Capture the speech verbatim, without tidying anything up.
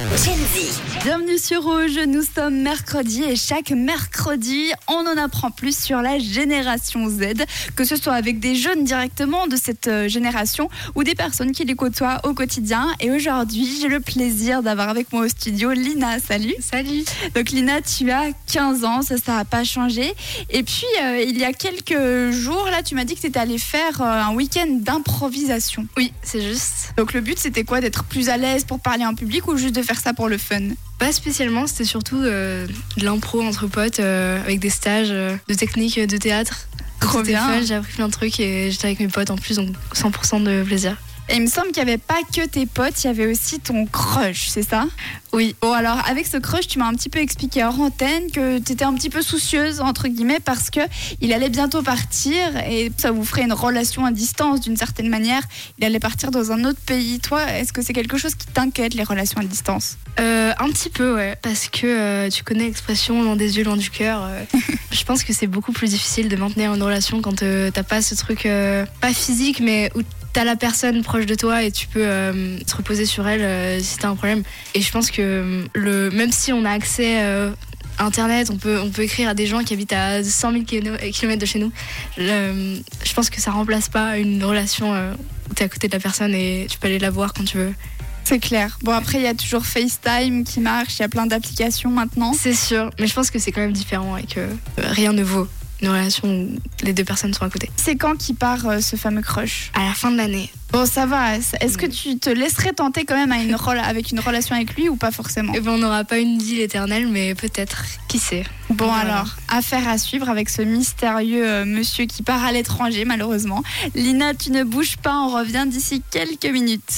Gen Z. Bienvenue sur Rouge, nous sommes mercredi et chaque mercredi, on en apprend plus sur la génération Z, que ce soit avec des jeunes directement de cette génération ou des personnes qui les côtoient au quotidien. Et aujourd'hui, j'ai le plaisir d'avoir avec moi au studio Lina. Salut. Salut. Donc Lina, tu as quinze ans, ça, ça n'a pas changé. Et puis, euh, il y a quelques jours, là, tu m'as dit que tu étais allée faire euh, un week-end d'improvisation. Oui, c'est juste. Donc le but, c'était quoi? D'être plus à l'aise pour parler en public ou juste de faire ça pour le fun? Pas spécialement, c'était surtout euh, de l'impro entre potes euh, avec des stages euh, de technique de théâtre. Trop C'était bien. fun, j'ai appris plein de trucs et j'étais avec mes potes en plus, donc cent pour cent de plaisir. Et il me semble qu'il n'y avait pas que tes potes, il y avait aussi ton crush, c'est ça? Oui. Bon, alors avec ce crush, tu m'as un petit peu expliqué hors antenne que tu étais un petit peu soucieuse, entre guillemets, parce qu'il allait bientôt partir et ça vous ferait une relation à distance d'une certaine manière. Il allait partir dans un autre pays. Toi, est-ce que c'est quelque chose qui t'inquiète, les relations à distance? Euh, un petit peu, ouais, parce que euh, tu connais l'expression loin des yeux, loin du cœur. Euh, je pense que c'est beaucoup plus difficile de maintenir une relation quand euh, t'as pas ce truc, euh, pas physique, mais où t'as la personne proche de toi et tu peux euh, te reposer sur elle euh, si t'as un problème. Et je pense que le, même si on a accès euh, à Internet, on peut, on peut écrire à des gens qui habitent à cent mille kilomètres de chez nous. Le, je pense que ça remplace pas une relation euh, où t'es à côté de la personne et tu peux aller la voir quand tu veux. C'est clair. Bon, après, il y a toujours FaceTime qui marche, il y a plein d'applications maintenant. C'est sûr, mais je pense que c'est quand même différent et que euh, rien ne vaut une relation où les deux personnes sont à côté. C'est quand qu'il part euh, ce fameux crush? À la fin de l'année. Bon, ça va. Est-ce que tu te laisserais tenter quand même à une rela- avec une relation avec lui ou pas forcément? Eh ben, on n'aura pas une deal éternelle, mais peut-être, qui sait. Bon, Voilà. alors, affaire à suivre avec ce mystérieux euh, monsieur qui part à l'étranger, malheureusement. Lina, tu ne bouges pas, on revient d'ici quelques minutes.